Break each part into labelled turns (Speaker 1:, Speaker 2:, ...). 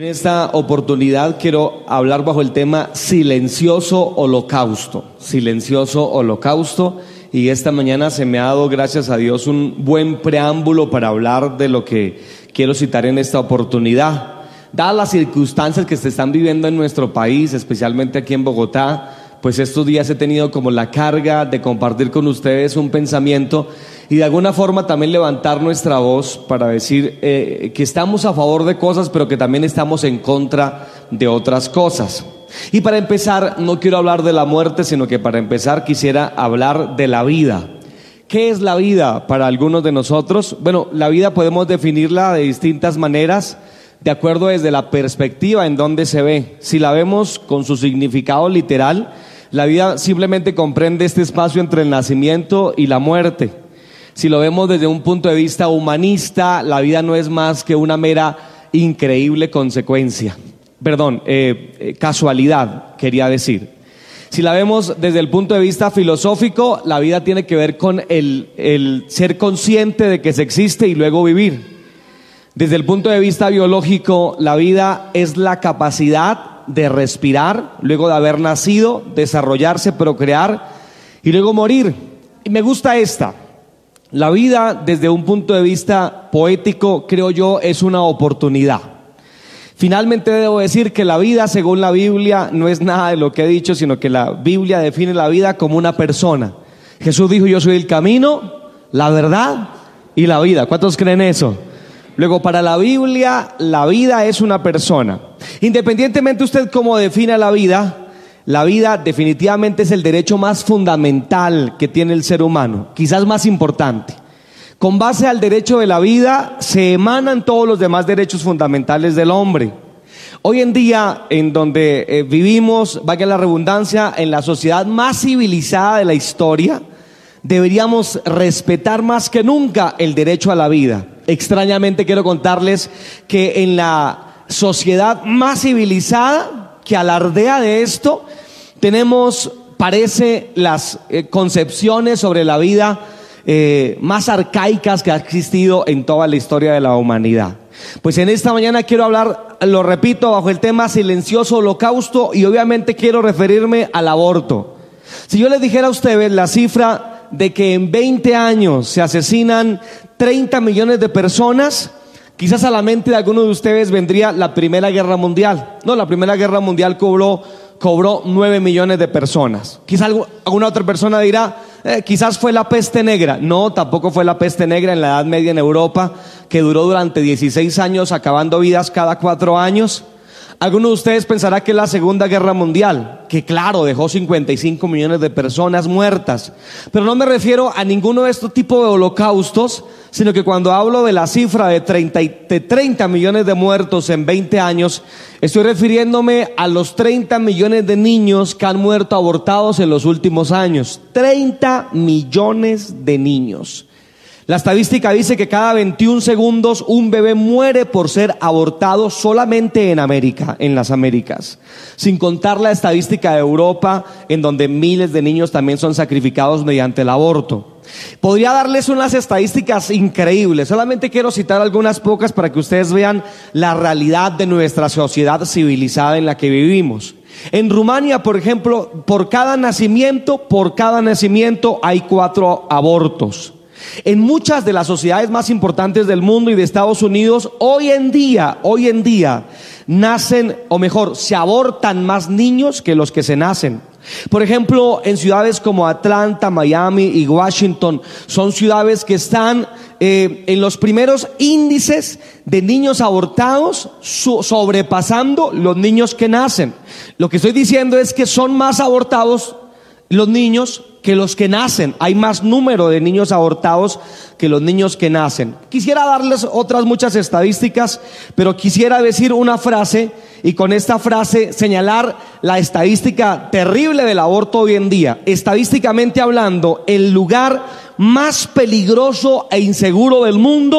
Speaker 1: esta oportunidad quiero hablar bajo el tema silencioso holocausto. Silencioso holocausto. Y esta mañana se me ha dado, gracias a Dios, un buen preámbulo para hablar de lo que quiero citar en esta oportunidad. Dadas las circunstancias que se están viviendo en nuestro país, especialmente aquí en Bogotá, pues estos días he tenido como la carga de compartir con ustedes un pensamiento y de alguna forma también levantar nuestra voz para decir que estamos a favor de cosas, pero que también estamos en contra de otras cosas. Y para empezar, no quiero hablar de la muerte, sino que para empezar quisiera hablar de la vida. ¿Qué es la vida para algunos de nosotros? Bueno, la vida podemos definirla de distintas maneras, de acuerdo desde la perspectiva en donde se ve. Si la vemos con su significado literal, la vida simplemente comprende este espacio entre el nacimiento y la muerte. Si lo vemos desde un punto de vista humanista, la vida no es más que una mera increíble consecuencia. Casualidad, quería decir. Si la vemos desde el punto de vista filosófico, la vida tiene que ver con el ser consciente de que se existe y luego vivir. Desde el punto de vista biológico, la vida es la capacidad de respirar, luego de haber nacido, desarrollarse, procrear y luego morir. Y me gusta esta. La vida, desde un punto de vista poético, creo yo, es una oportunidad. Finalmente debo decir que la vida, según la Biblia, no es nada de lo que he dicho, sino que la Biblia define la vida como una persona. Jesús dijo: yo soy el camino, la verdad y la vida. ¿Cuántos creen eso? Luego, para la Biblia, la vida es una persona. Independientemente usted cómo defina la vida definitivamente es el derecho más fundamental que tiene el ser humano, quizás más importante. Con base al derecho de la vida se emanan todos los demás derechos fundamentales del hombre. Hoy en día, en donde vivimos, valga la redundancia, en la sociedad más civilizada de la historia, deberíamos respetar más que nunca el derecho a la vida. Extrañamente quiero contarles que en la sociedad más civilizada que alardea de esto, tenemos, parece, las concepciones sobre la vida más arcaicas que ha existido en toda la historia de la humanidad. Pues en esta mañana quiero hablar, lo repito, bajo el tema silencioso holocausto, y obviamente quiero referirme al aborto. Si yo les dijera a ustedes la cifra de que en 20 años se asesinan 30 millones de personas, quizás a la mente de algunos de ustedes vendría la Primera Guerra Mundial. No, la Primera Guerra Mundial cobró 9 millones de personas. Quizás alguna otra persona dirá, quizás fue la peste negra. No, tampoco fue la peste negra en la Edad Media en Europa, que duró durante 16 años, acabando vidas cada 4 años. Algunos de ustedes pensarán que es la Segunda Guerra Mundial, que claro, dejó 55 millones de personas muertas. Pero no me refiero a ninguno de estos tipos de holocaustos, sino que cuando hablo de la cifra de 30 millones de muertos en 20 años, estoy refiriéndome a los 30 millones de niños que han muerto abortados en los últimos años. 30 millones de niños. La estadística dice que cada 21 segundos un bebé muere por ser abortado solamente en América, en las Américas. Sin contar la estadística de Europa, en donde miles de niños también son sacrificados mediante el aborto. Podría darles unas estadísticas increíbles, solamente quiero citar algunas pocas para que ustedes vean la realidad de nuestra sociedad civilizada en la que vivimos. En Rumania, por ejemplo, por cada nacimiento hay 4 abortos. En muchas de las sociedades más importantes del mundo y de Estados Unidos, hoy en día nacen, o mejor, se abortan más niños que los que se nacen. Por ejemplo, en ciudades como Atlanta, Miami y Washington, son ciudades que están en los primeros índices de niños abortados, sobrepasando los niños que nacen. Lo que estoy diciendo es que son más abortados los niños que los que nacen. Hay más número de niños abortados que los niños que nacen. Quisiera darles otras muchas estadísticas, pero quisiera decir una frase y con esta frase señalar la estadística terrible del aborto hoy en día. Estadísticamente hablando, el lugar más peligroso e inseguro del mundo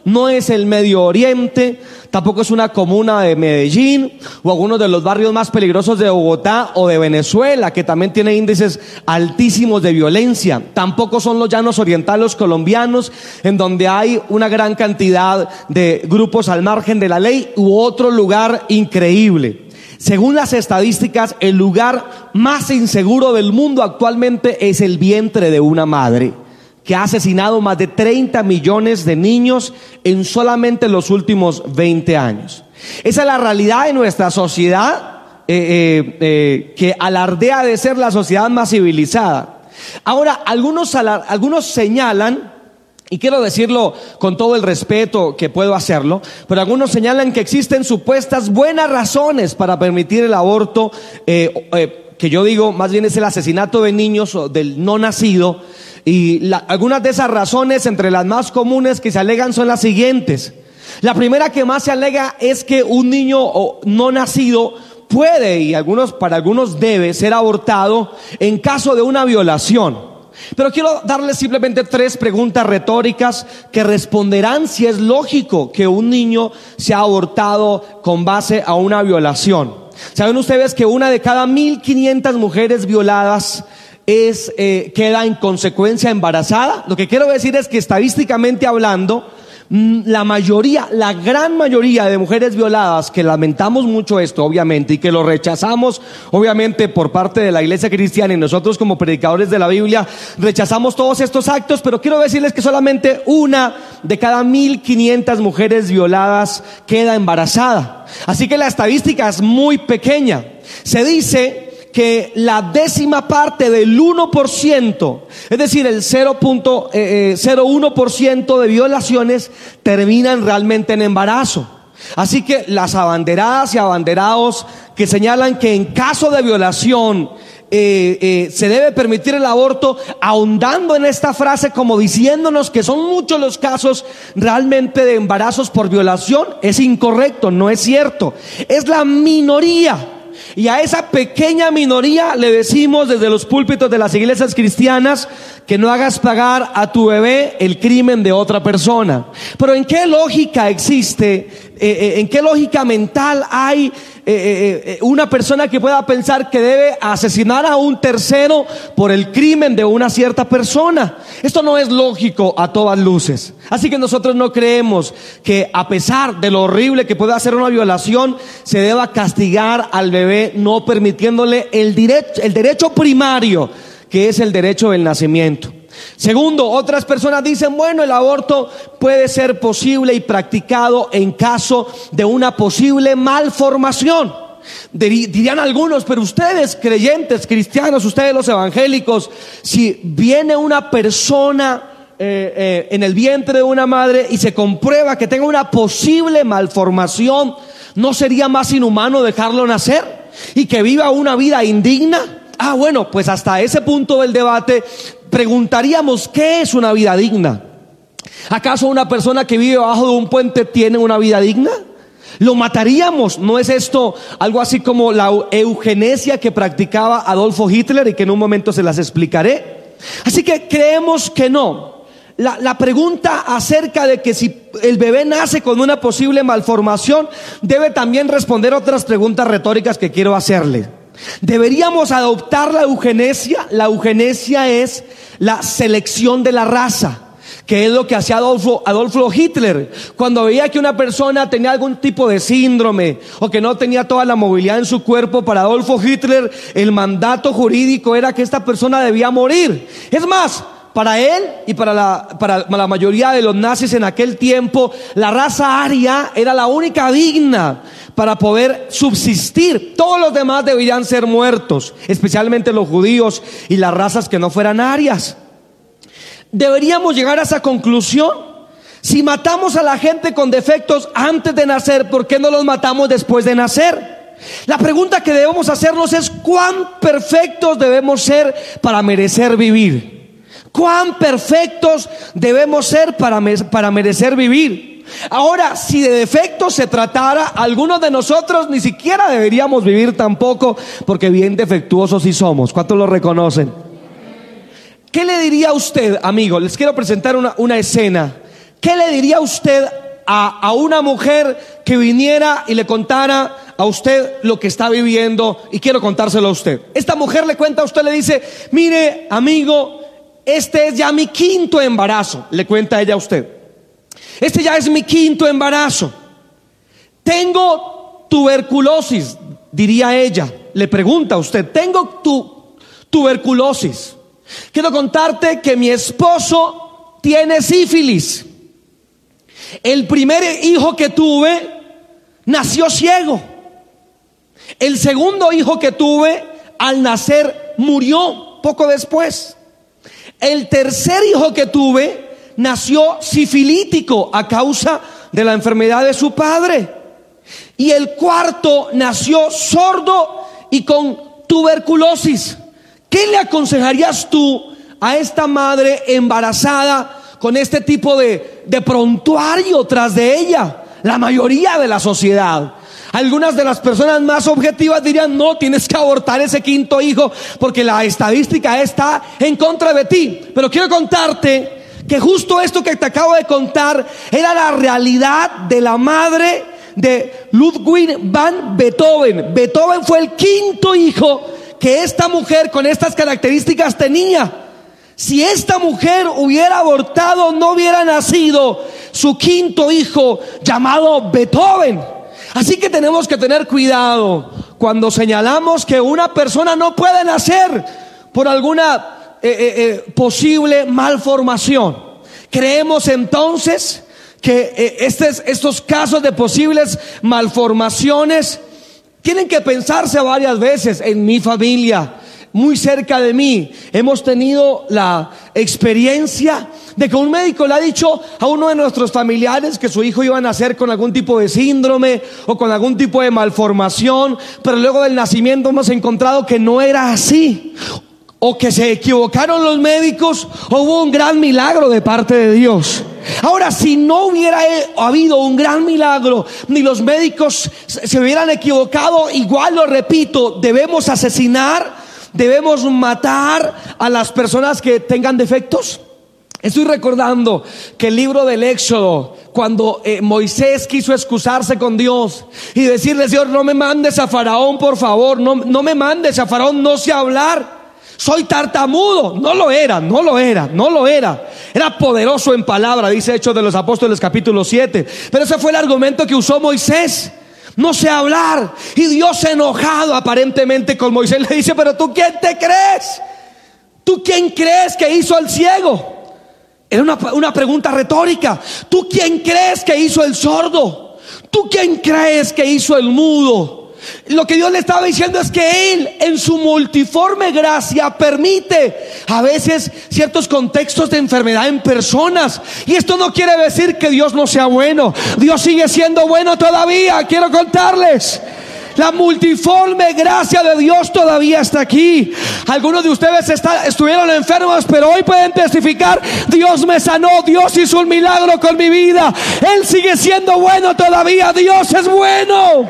Speaker 1: no es el Medio Oriente, tampoco es una comuna de Medellín o algunos de los barrios más peligrosos de Bogotá o de Venezuela, que también tiene índices altísimos de violencia. Tampoco son los llanos orientales colombianos, en donde hay una gran cantidad de grupos al margen de la ley, u otro lugar increíble. Según las estadísticas, el lugar más inseguro del mundo actualmente es el vientre de una madre, que ha asesinado más de 30 millones de niños en solamente los últimos 20 años. Esa es la realidad de nuestra sociedad, que alardea de ser la sociedad más civilizada. Ahora, algunos señalan, y quiero decirlo con todo el respeto que puedo hacerlo, pero algunos señalan que existen supuestas buenas razones para permitir el aborto, que yo digo más bien es el asesinato de niños o del no nacido. Y algunas de esas razones, entre las más comunes que se alegan, son las siguientes. La primera que más se alega es que un niño no nacido puede, y para algunos debe, ser abortado en caso de una violación. Pero quiero darles simplemente 3 preguntas retóricas que responderán si es lógico que un niño sea abortado con base a una violación. ¿Saben ustedes que una de cada 1.500 mujeres violadas queda en consecuencia embarazada? Lo que quiero decir es que estadísticamente hablando, la gran mayoría de mujeres violadas, que lamentamos mucho esto obviamente y que lo rechazamos obviamente por parte de la iglesia cristiana, y nosotros como predicadores de la Biblia rechazamos todos estos actos, pero quiero decirles que solamente una de cada 1.500 mujeres violadas queda embarazada. Así que la estadística es muy pequeña. Se dice que la 10ª parte del 1%, es decir, el 0.01% de violaciones terminan realmente en embarazo. Así que las abanderadas y abanderados que señalan que en caso de violación se debe permitir el aborto, ahondando en esta frase como diciéndonos que son muchos los casos realmente de embarazos por violación, es incorrecto, no es cierto. Es la minoría. Y a esa pequeña minoría le decimos desde los púlpitos de las iglesias cristianas que no hagas pagar a tu bebé el crimen de otra persona. Pero ¿en qué lógica existe, en qué lógica mental hay una persona que pueda pensar que debe asesinar a un tercero por el crimen de una cierta persona? Esto no es lógico a todas luces. Así que nosotros no creemos que, a pesar de lo horrible que puede hacer una violación, se deba castigar al bebé no permitiéndole el derecho primario, que es el derecho del nacimiento. Segundo, otras personas dicen, bueno, el aborto puede ser posible y practicado en caso de una posible malformación. Dirían algunos, pero ustedes creyentes, cristianos, ustedes los evangélicos, si viene una persona en el vientre de una madre y se comprueba que tenga una posible malformación, ¿no sería más inhumano dejarlo nacer y que viva una vida indigna? Bueno, pues hasta ese punto del debate preguntaríamos, ¿qué es una vida digna? ¿Acaso una persona que vive bajo de un puente tiene una vida digna? ¿Lo mataríamos? ¿No es esto algo así como la eugenesia que practicaba Adolfo Hitler y que en un momento se las explicaré? Así que creemos que no. La pregunta acerca de que si el bebé nace con una posible malformación debe también responder otras preguntas retóricas que quiero hacerle. ¿Deberíamos adoptar la eugenesia? La eugenesia es la selección de la raza, que es lo que hacía Adolfo Hitler. Cuando veía que una persona tenía algún tipo de síndrome o que no tenía toda la movilidad en su cuerpo, para Adolfo Hitler el mandato jurídico era que esta persona debía morir. Es más, para él y para la mayoría de los nazis en aquel tiempo, la raza aria era la única digna para poder subsistir. Todos los demás deberían ser muertos, especialmente los judíos y las razas que no fueran arias. ¿Deberíamos llegar a esa conclusión? Si matamos a la gente con defectos antes de nacer, ¿por qué no los matamos después de nacer? La pregunta que debemos hacernos es, ¿cuán perfectos debemos ser para merecer vivir? ¿Cuán perfectos debemos ser para merecer vivir? Ahora, si de defectos se tratara, algunos de nosotros ni siquiera deberíamos vivir tampoco, porque bien defectuosos sí somos. ¿Cuántos lo reconocen? ¿Qué le diría a usted, amigo? Les quiero presentar una escena. ¿Qué le diría usted a una mujer que viniera y le contara a usted lo que está viviendo? Y quiero contárselo a usted. Esta mujer le cuenta a usted, le dice: mire, amigo, este es ya mi 5.º embarazo. Le cuenta ella a usted: este ya es mi 5.º embarazo. Tengo tuberculosis, diría ella. Le pregunta a usted: tengo tuberculosis. Quiero contarte que mi esposo tiene sífilis. El primer hijo que tuve nació ciego. El segundo hijo que tuve, al nacer, murió poco después. El tercer hijo que tuve nació sifilítico a causa de la enfermedad de su padre. Y el cuarto nació sordo y con tuberculosis. ¿Qué le aconsejarías tú a esta madre embarazada con este tipo de prontuario tras de ella? La mayoría de la sociedad, algunas de las personas más objetivas dirían: no, tienes que abortar ese 5.º hijo porque la estadística está en contra de ti. Pero quiero contarte que justo esto que te acabo de contar era la realidad de la madre de Ludwig van Beethoven. Beethoven fue el 5.º hijo que esta mujer con estas características tenía. Si esta mujer hubiera abortado, no hubiera nacido su 5.º hijo llamado Beethoven. Así que tenemos que tener cuidado cuando señalamos que una persona no puede nacer por alguna posible malformación. Creemos entonces que estos casos de posibles malformaciones tienen que pensarse varias veces. En mi familia, muy cerca de mí, hemos tenido la experiencia de que un médico le ha dicho a uno de nuestros familiares que su hijo iba a nacer con algún tipo de síndrome o con algún tipo de malformación, pero luego del nacimiento hemos encontrado que no era así, o que se equivocaron los médicos, o hubo un gran milagro de parte de Dios. Ahora, si no hubiera habido un gran milagro, ni los médicos se hubieran equivocado, igual lo repito, debemos asesinar, debemos matar a las personas que tengan defectos. Estoy recordando que el libro del Éxodo, cuando Moisés quiso excusarse con Dios y decirle: Señor, no me mandes a Faraón, por favor, no me mandes a Faraón, no sé hablar, soy tartamudo. No lo era. Era poderoso en palabra, dice Hechos de los Apóstoles capítulo 7. Pero ese fue el argumento que usó Moisés: no sé hablar. Y Dios, enojado aparentemente con Moisés, le dice: pero ¿tú quién te crees? ¿Tú quién crees que hizo al ciego? Era una pregunta retórica. ¿Tú quién crees que hizo el sordo? ¿Tú quién crees que hizo el mudo? Lo que Dios le estaba diciendo es que Él, en su multiforme gracia, permite a veces ciertos contextos de enfermedad en personas. Y esto no quiere decir que Dios no sea bueno. Dios sigue siendo bueno todavía. Quiero contarles: la multiforme gracia de Dios todavía está aquí. Algunos de ustedes estuvieron enfermos, pero hoy pueden testificar: Dios me sanó, Dios hizo un milagro con mi vida. Él sigue siendo bueno todavía. Dios es bueno.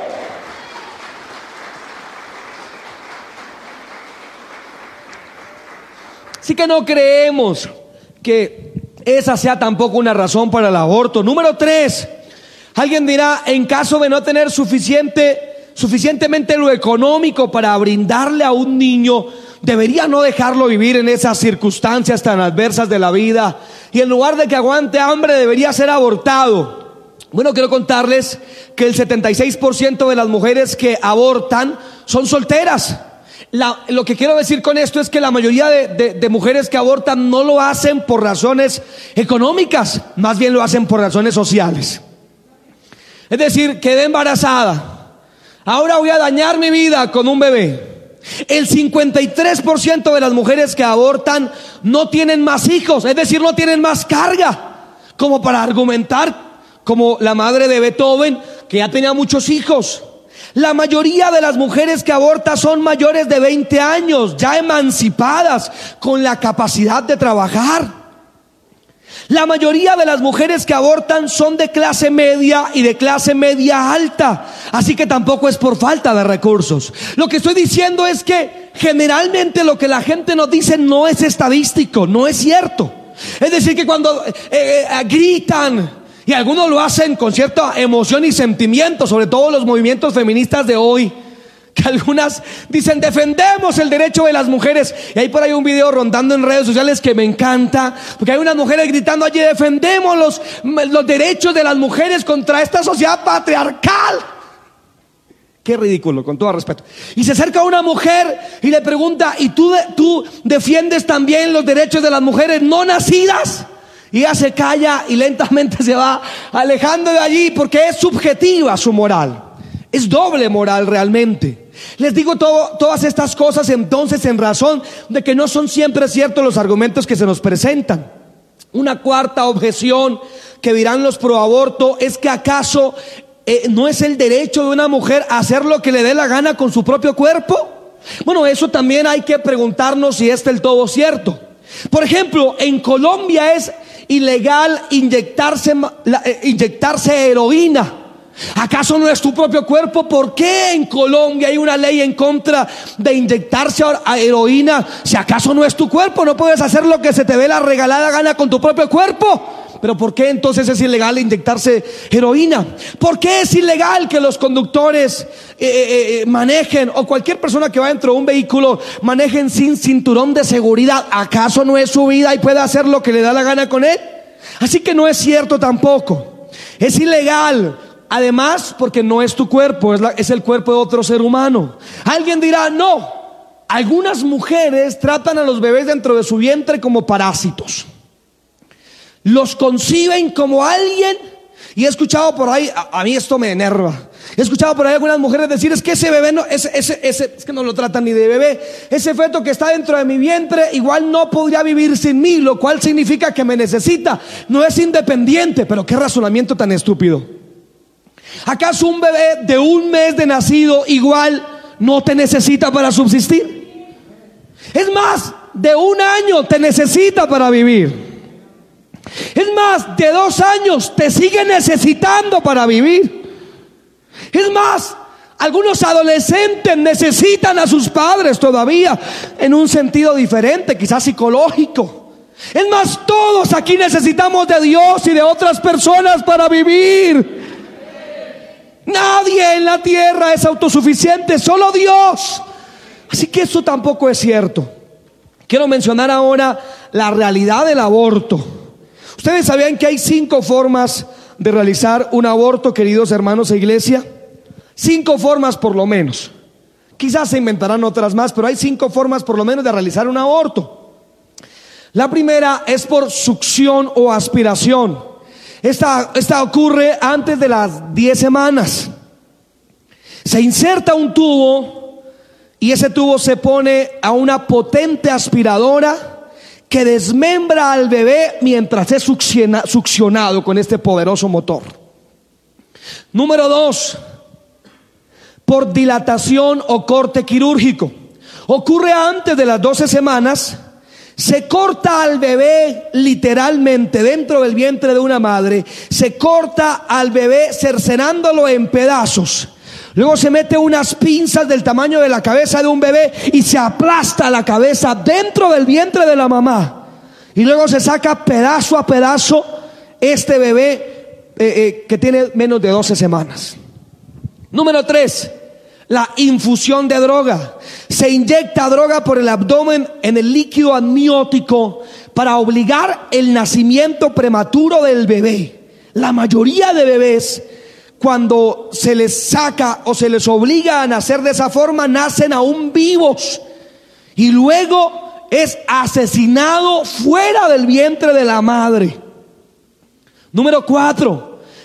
Speaker 1: Así que no creemos que esa sea tampoco una razón para el aborto. Número 3, alguien dirá: en caso de no tener suficientemente lo económico para brindarle a un niño, debería no dejarlo vivir en esas circunstancias tan adversas de la vida, y en lugar de que aguante hambre debería ser abortado. Bueno, quiero contarles que el 76% de las mujeres que abortan son solteras. Lo que quiero decir con esto es que la mayoría de mujeres que abortan no lo hacen por razones económicas, más bien lo hacen por razones sociales. Es decir, quedé embarazada, ahora voy a dañar mi vida con un bebé. El 53% de las mujeres que abortan no tienen más hijos, es decir, no tienen más carga como para argumentar, como la madre de Beethoven, que ya tenía muchos hijos. La mayoría de las mujeres que abortan son mayores de 20 años, ya emancipadas, con la capacidad de trabajar. La mayoría de las mujeres que abortan son de clase media y de clase media alta, así que tampoco es por falta de recursos. Lo que estoy diciendo es que generalmente lo que la gente nos dice no es estadístico, no es cierto. Es decir, que cuando gritan, y algunos lo hacen con cierta emoción y sentimiento, sobre todo los movimientos feministas de hoy, que algunas dicen defendemos el derecho de las mujeres, y hay por ahí un video rondando en redes sociales que me encanta, porque hay unas mujeres gritando allí: defendemos los derechos de las mujeres contra esta sociedad patriarcal. Qué ridículo, con todo respeto. Y se acerca una mujer y le pregunta: ¿y tú defiendes también los derechos de las mujeres no nacidas? Y ella se calla y lentamente se va alejando de allí, porque es subjetiva su moral. Es doble moral realmente. Les digo todas estas cosas entonces en razón de que no son siempre ciertos los argumentos que se nos presentan. Una cuarta objeción que dirán los pro aborto es que acaso no es el derecho de una mujer a hacer lo que le dé la gana con su propio cuerpo. Bueno, eso también hay que preguntarnos si es del todo cierto. Por ejemplo, en Colombia es ilegal inyectarse heroína. ¿Acaso no es tu propio cuerpo? ¿Por qué en Colombia hay una ley en contra de inyectarse a heroína? Si acaso no es tu cuerpo, no puedes hacer lo que se te dé la regalada gana con tu propio cuerpo. Pero ¿por qué entonces es ilegal inyectarse heroína? ¿Por qué es ilegal que los conductores manejen, o cualquier persona que va dentro de un vehículo manejen sin cinturón de seguridad? ¿Acaso no es su vida y puede hacer lo que le da la gana con él? Así que no es cierto tampoco. Es ilegal. Además, porque no es tu cuerpo, es el cuerpo de otro ser humano. Alguien dirá: no, algunas mujeres tratan a los bebés dentro de su vientre como parásitos. Los conciben como alguien. Y he escuchado por ahí, a mí esto me enerva, he escuchado por ahí algunas mujeres decir: es que ese bebé no, es que no lo tratan ni de bebé. Ese feto que está dentro de mi vientre igual no podría vivir sin mí, lo cual significa que me necesita, no es independiente. Pero qué razonamiento tan estúpido. ¿Acaso un bebé de 1 mes de nacido igual no te necesita para subsistir? Es más, de 1 año te necesita para vivir. Es más, de 2 años te sigue necesitando para vivir. Es más, algunos adolescentes necesitan a sus padres todavía, en un sentido diferente, quizás psicológico. Es más, todos aquí necesitamos de Dios y de otras personas para vivir. Nadie en la tierra es autosuficiente, solo Dios. Así que eso tampoco es cierto. Quiero mencionar ahora la realidad del aborto. ¿Ustedes sabían que hay 5 formas de realizar un aborto, queridos hermanos e iglesia? 5 formas por lo menos. Quizás se inventarán otras más, pero hay 5 formas por lo menos de realizar un aborto. La primera es por succión o aspiración. Esta ocurre antes de las 10 semanas. Se inserta un tubo y ese tubo se pone a una potente aspiradora que desmembra al bebé mientras es succionado con este poderoso motor. Número 2, por dilatación o corte quirúrgico. Ocurre antes de las 12 semanas. Se corta al bebé literalmente dentro del vientre de una madre. Se corta al bebé cercenándolo en pedazos. Luego se mete unas pinzas del tamaño de la cabeza de un bebé y se aplasta la cabeza dentro del vientre de la mamá. Y luego se saca pedazo a pedazo este bebé que tiene menos de 12 semanas. Número 3, la infusión de droga. Se inyecta droga por el abdomen en el líquido amniótico para obligar el nacimiento prematuro del bebé. La mayoría de bebés, cuando se les saca o se les obliga a nacer de esa forma, nacen aún vivos y luego es asesinado fuera del vientre de la madre. Número 4,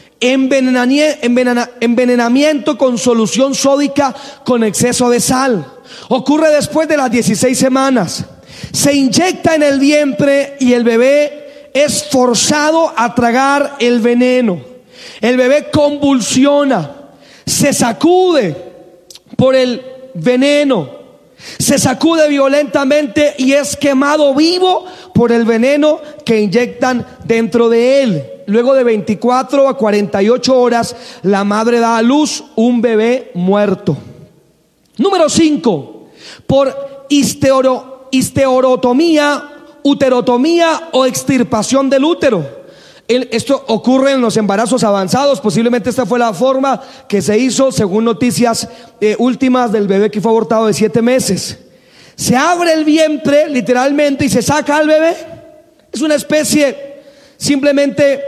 Speaker 1: envenenamiento con solución sódica con exceso de sal. Ocurre después de las 16 semanas. Se inyecta en el vientre y el bebé es forzado a tragar el veneno. El bebé convulsiona, se sacude por el veneno, se sacude violentamente y es quemado vivo por el veneno que inyectan dentro de él. Luego de 24 a 48 horas, la madre da a luz un bebé muerto. Número 5, por histerotomía
Speaker 2: uterotomía o extirpación del útero. Esto ocurre en los embarazos avanzados. Posiblemente esta fue la forma que se hizo, según noticias últimas, del bebé que fue abortado de 7 meses. Se abre el vientre literalmente y se saca al bebé. Es una especie simplemente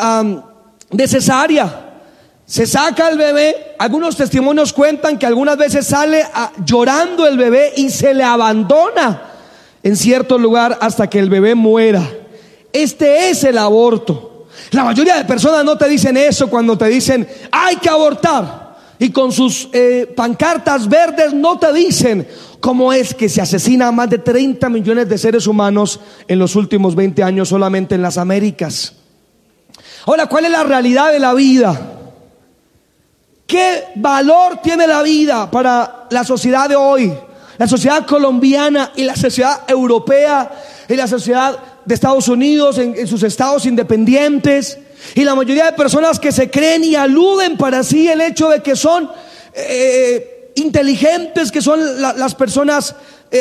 Speaker 2: de cesárea. Se saca al bebé. Algunos testimonios cuentan que algunas veces sale llorando el bebé y se le abandona en cierto lugar hasta que el bebé muera. Este es el aborto. La mayoría de personas no te dicen eso cuando te dicen hay que abortar, y con sus pancartas verdes no te dicen cómo es que se asesina a más de 30 millones de seres humanos en los últimos 20 años solamente en las Américas. Ahora, ¿cuál es la realidad de la vida? ¿Qué valor tiene la vida para la sociedad de hoy? La sociedad colombiana y la sociedad europea y la sociedad de Estados Unidos en sus estados independientes, y la mayoría de personas que se creen y aluden para sí el hecho de que son inteligentes, que son las personas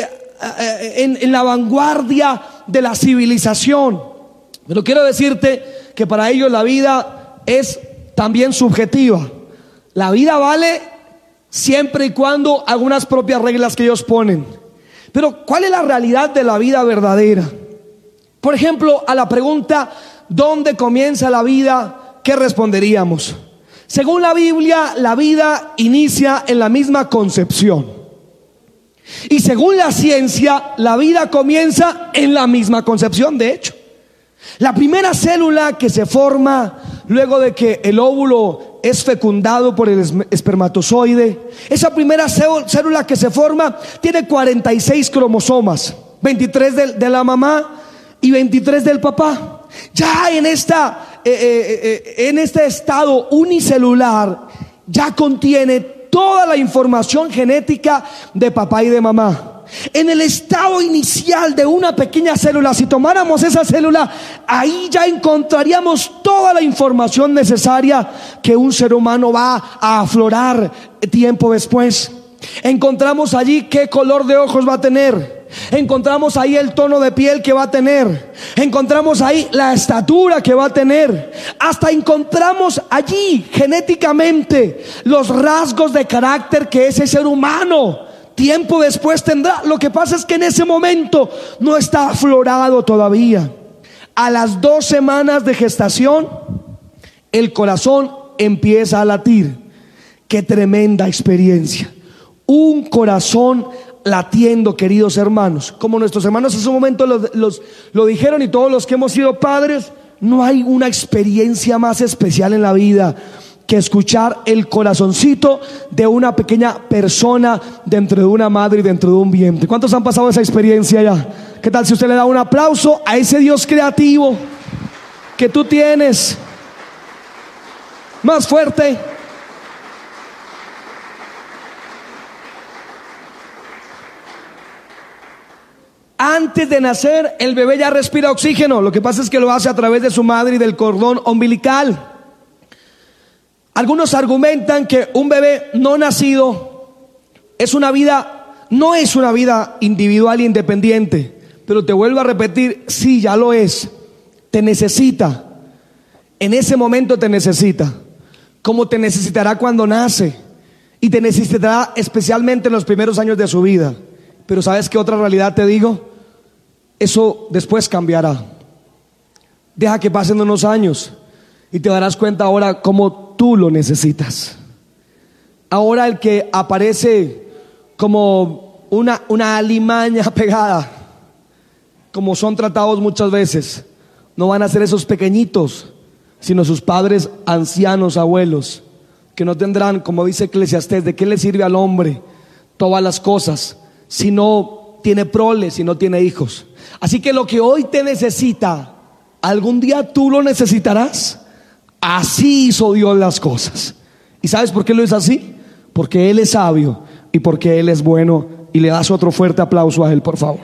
Speaker 2: en la vanguardia de la civilización. Pero quiero decirte que para ellos la vida es también subjetiva. La vida vale siempre y cuando algunas propias reglas que ellos ponen. Pero ¿cuál es la realidad de la vida verdadera? Por ejemplo, a la pregunta ¿dónde comienza la vida?, ¿qué responderíamos? Según la Biblia, la vida inicia en la misma concepción. Y según la ciencia, la vida comienza en la misma concepción, de hecho. La primera célula que se forma luego de que el óvulo es fecundado por el espermatozoide, esa primera célula que se forma tiene 46 cromosomas, 23 de la mamá y 23 del papá. Ya en este estado unicelular ya contiene toda la información genética de papá y de mamá. En el estado inicial de una pequeña célula, si tomáramos esa célula, ahí ya encontraríamos toda la información necesaria que un ser humano va a aflorar tiempo después. Encontramos allí qué color de ojos va a tener, encontramos ahí el tono de piel que va a tener, encontramos ahí la estatura que va a tener, hasta encontramos allí genéticamente los rasgos de carácter que ese ser humano tiempo después tendrá. Lo que pasa es que en ese momento no está aflorado todavía. A las 2 semanas de gestación, el corazón empieza a latir. Qué tremenda experiencia. Un corazón latiendo, queridos hermanos. Como nuestros hermanos en su momento lo dijeron, y todos los que hemos sido padres, no hay una experiencia más especial en la vida que escuchar el corazoncito de una pequeña persona dentro de una madre y dentro de un vientre. ¿Cuántos han pasado esa experiencia ya? ¿Qué tal si usted le da un aplauso a ese Dios creativo que tú tienes? Más fuerte. Antes de nacer, el bebé ya respira oxígeno. Lo que pasa es que lo hace a través de su madre y del cordón umbilical. Algunos argumentan que un bebé no nacido no es una vida individual e independiente. Pero te vuelvo a repetir, sí, ya lo es. Te necesita. En ese momento te necesita. Como te necesitará cuando nace. Y te necesitará especialmente en los primeros años de su vida. Pero ¿sabes qué otra realidad te digo? Eso después cambiará. Deja que pasen unos años y te darás cuenta ahora cómo tú lo necesitas. Ahora el que aparece como una alimaña pegada, como son tratados muchas veces, no van a ser esos pequeñitos, sino sus padres ancianos, abuelos, que no tendrán, como dice Eclesiastés, ¿de qué le sirve al hombre todas las cosas si no tiene prole, si no tiene hijos? Así que lo que hoy te necesita, algún día tú lo necesitarás. Así hizo Dios las cosas. ¿Y sabes por qué lo hizo así? Porque Él es sabio y porque Él es bueno. Y le das otro fuerte aplauso a Él, por favor.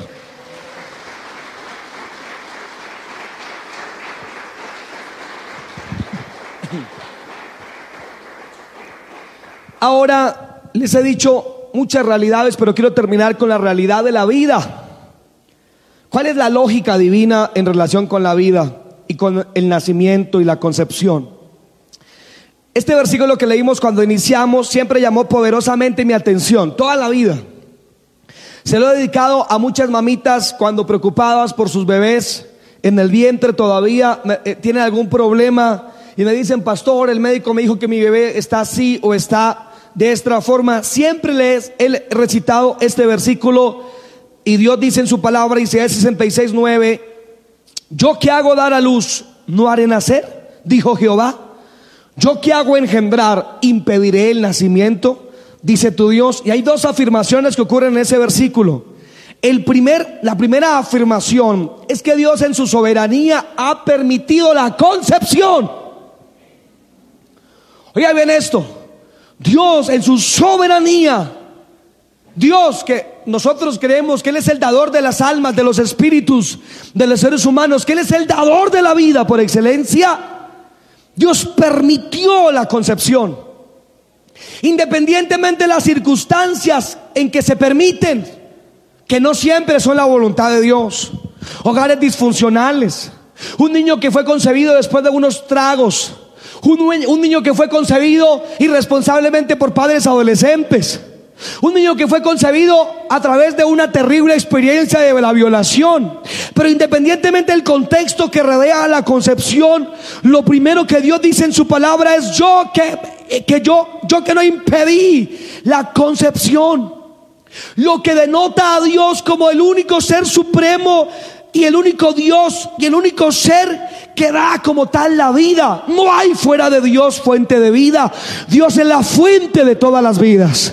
Speaker 2: Ahora les he dicho muchas realidades, pero quiero terminar con la realidad de la vida. ¿Cuál es la lógica divina en relación con la vida y con el nacimiento y la concepción? Este versículo que leímos cuando iniciamos siempre llamó poderosamente mi atención, toda la vida. Se lo he dedicado a muchas mamitas cuando preocupadas por sus bebés en el vientre todavía tienen algún problema y me dicen: pastor, el médico me dijo que mi bebé está así o está de esta forma. Siempre les he recitado este versículo y Dios dice en su palabra, Isaías 66:9: yo que hago dar a luz, no haré nacer, dijo Jehová. Yo que hago engendrar, impediré el nacimiento, dice tu Dios. Y hay dos afirmaciones que ocurren en ese versículo. La primera afirmación es que Dios en su soberanía ha permitido la concepción. Oiga bien esto: Dios en su soberanía, Dios que nosotros creemos que Él es el dador de las almas, de los espíritus, de los seres humanos, que Él es el dador de la vida por excelencia, Dios permitió la concepción, independientemente de las circunstancias en que se permiten, que no siempre son la voluntad de Dios. Hogares disfuncionales, un niño que fue concebido después de unos tragos, un niño que fue concebido irresponsablemente por padres adolescentes, un niño que fue concebido a través de una terrible experiencia de la violación. Pero independientemente del contexto que rodea la concepción, lo primero que Dios dice en su palabra es: yo que no impedí la concepción. Lo que denota a Dios como el único ser supremo y el único Dios y el único ser que da como tal la vida. No hay fuera de Dios fuente de vida. Dios es la fuente de todas las vidas,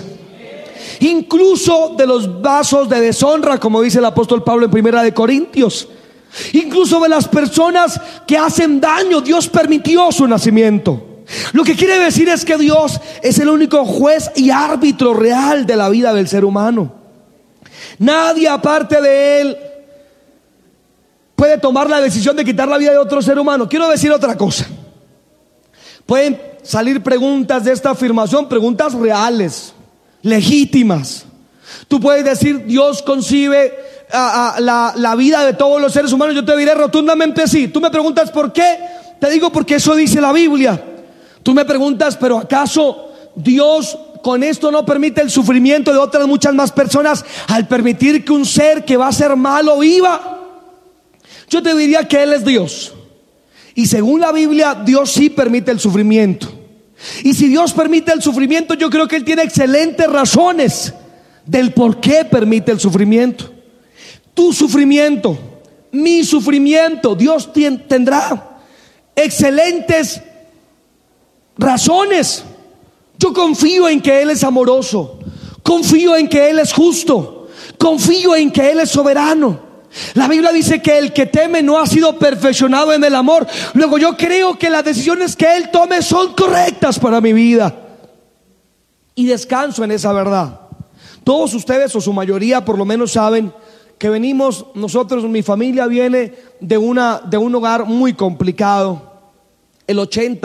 Speaker 2: incluso de los vasos de deshonra, como dice el apóstol Pablo en 1 Corintios. Incluso de las personas que hacen daño, Dios permitió su nacimiento. Lo que quiere decir es que Dios es el único juez y árbitro real de la vida del ser humano. Nadie aparte de Él puede tomar la decisión de quitar la vida de otro ser humano. Quiero decir otra cosa. Pueden salir preguntas de esta afirmación, preguntas reales, legítimas. Tú puedes decir: Dios concibe la vida de todos los seres humanos. Yo te diré rotundamente sí. Tú me preguntas ¿por qué? Te digo porque eso dice la Biblia. Tú me preguntas: pero ¿acaso Dios con esto no permite el sufrimiento de otras muchas más personas al permitir que un ser que va a ser malo viva? Yo te diría que Él es Dios, y según la Biblia Dios sí permite el sufrimiento. Y si Dios permite el sufrimiento, yo creo que Él tiene excelentes razones del por qué permite el sufrimiento. Tu sufrimiento, mi sufrimiento, Dios tendrá excelentes razones. Yo confío en que Él es amoroso, confío en que Él es justo, confío en que Él es soberano. La Biblia dice que el que teme no ha sido perfeccionado en el amor. Luego yo creo que las decisiones que Él tome son correctas para mi vida, y descanso en esa verdad. Todos ustedes, o su mayoría por lo menos, saben que venimos nosotros, mi familia viene de un hogar muy complicado. El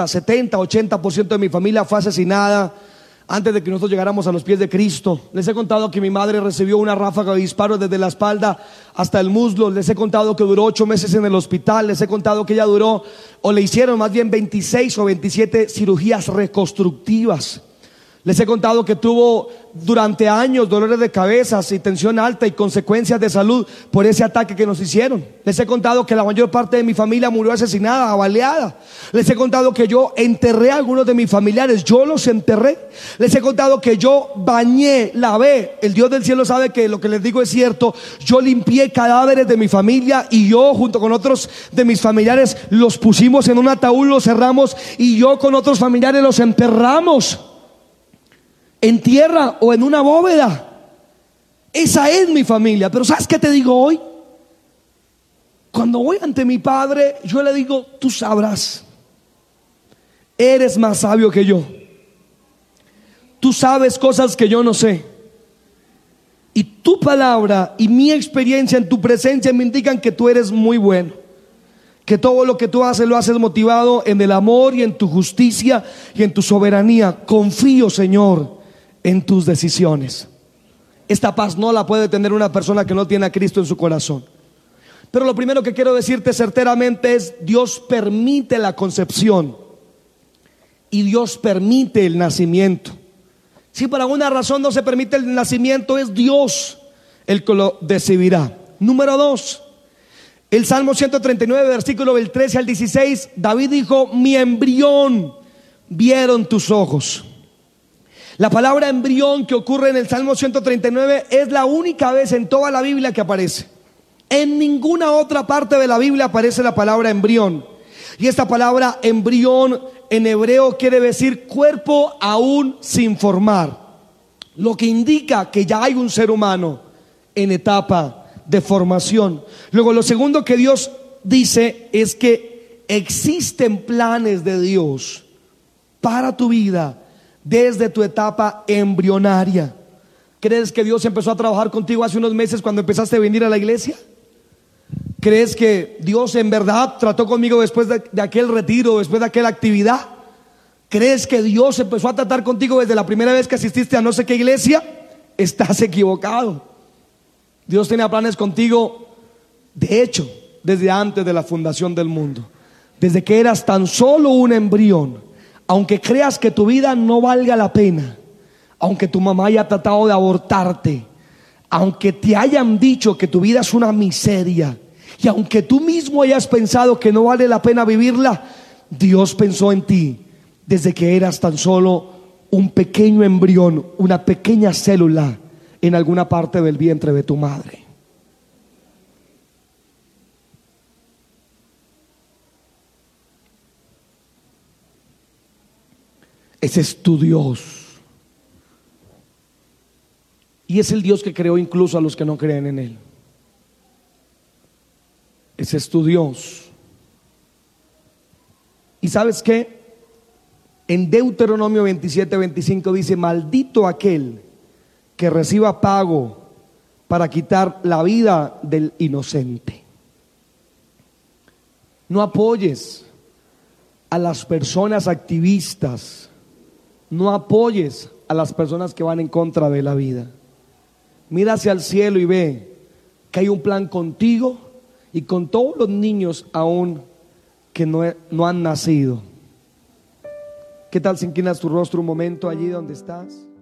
Speaker 2: 80% de mi familia fue asesinada antes de que nosotros llegáramos a los pies de Cristo. Les he contado que mi madre recibió una ráfaga de disparos desde la espalda hasta el muslo. Les he contado que duró 8 meses en el hospital. Les he contado que ella le hicieron más bien 26 o 27 cirugías reconstructivas. Les he contado que tuvo durante años dolores de cabeza y tensión alta y consecuencias de salud por ese ataque que nos hicieron. Les he contado que la mayor parte de mi familia murió asesinada, baleada. Les he contado que yo enterré a algunos de mis familiares, yo los enterré. Les he contado que yo bañé, lavé. El Dios del cielo sabe que lo que les digo es cierto. Yo limpié cadáveres de mi familia y yo junto con otros de mis familiares los pusimos en un ataúd, los cerramos, y yo con otros familiares los enterramos en tierra o en una bóveda. Esa es mi familia. Pero ¿sabes qué te digo hoy? Cuando voy ante mi Padre, yo le digo: tú sabrás, eres más sabio que yo, tú sabes cosas que yo no sé, y tu palabra y mi experiencia en tu presencia me indican que tú eres muy bueno, que todo lo que tú haces lo haces motivado en el amor y en tu justicia y en tu soberanía. Confío, Señor, en tus decisiones. Esta paz no la puede tener una persona que no tiene a Cristo en su corazón. Pero lo primero que quiero decirte certeramente es: Dios permite la concepción y Dios permite el nacimiento. Si por alguna razón no se permite el nacimiento, es Dios el que lo decidirá. Número 2, el Salmo 139, versículo del 13 al 16, David dijo: mi embrión vieron tus ojos. La palabra embrión que ocurre en el Salmo 139 es la única vez en toda la Biblia que aparece. En ninguna otra parte de la Biblia aparece la palabra embrión. Y esta palabra embrión en hebreo quiere decir cuerpo aún sin formar, lo que indica que ya hay un ser humano en etapa de formación. Luego, lo segundo que Dios dice es que existen planes de Dios para tu vida desde tu etapa embrionaria. ¿Crees que Dios empezó a trabajar contigo hace unos meses cuando empezaste a venir a la iglesia? ¿Crees que Dios en verdad trató conmigo después de aquel retiro, después de aquella actividad? ¿Crees que Dios empezó a tratar contigo desde la primera vez que asististe a no sé qué iglesia? Estás equivocado. Dios tenía planes contigo, de hecho, desde antes de la fundación del mundo. Desde que eras tan solo un embrión. Aunque creas que tu vida no valga la pena, aunque tu mamá haya tratado de abortarte, aunque te hayan dicho que tu vida es una miseria, y aunque tú mismo hayas pensado que no vale la pena vivirla, Dios pensó en ti desde que eras tan solo un pequeño embrión, una pequeña célula en alguna parte del vientre de tu madre. Ese es tu Dios. Y es el Dios que creó incluso a los que no creen en Él. Ese es tu Dios. ¿Y sabes qué? En Deuteronomio 27:25 dice: maldito aquel que reciba pago para quitar la vida del inocente. No apoyes a las personas activistas. No apoyes a las personas que van en contra de la vida. Mira hacia el cielo y ve que hay un plan contigo y con todos los niños aún que no han nacido. ¿Qué tal si inclinas tu rostro un momento allí donde estás?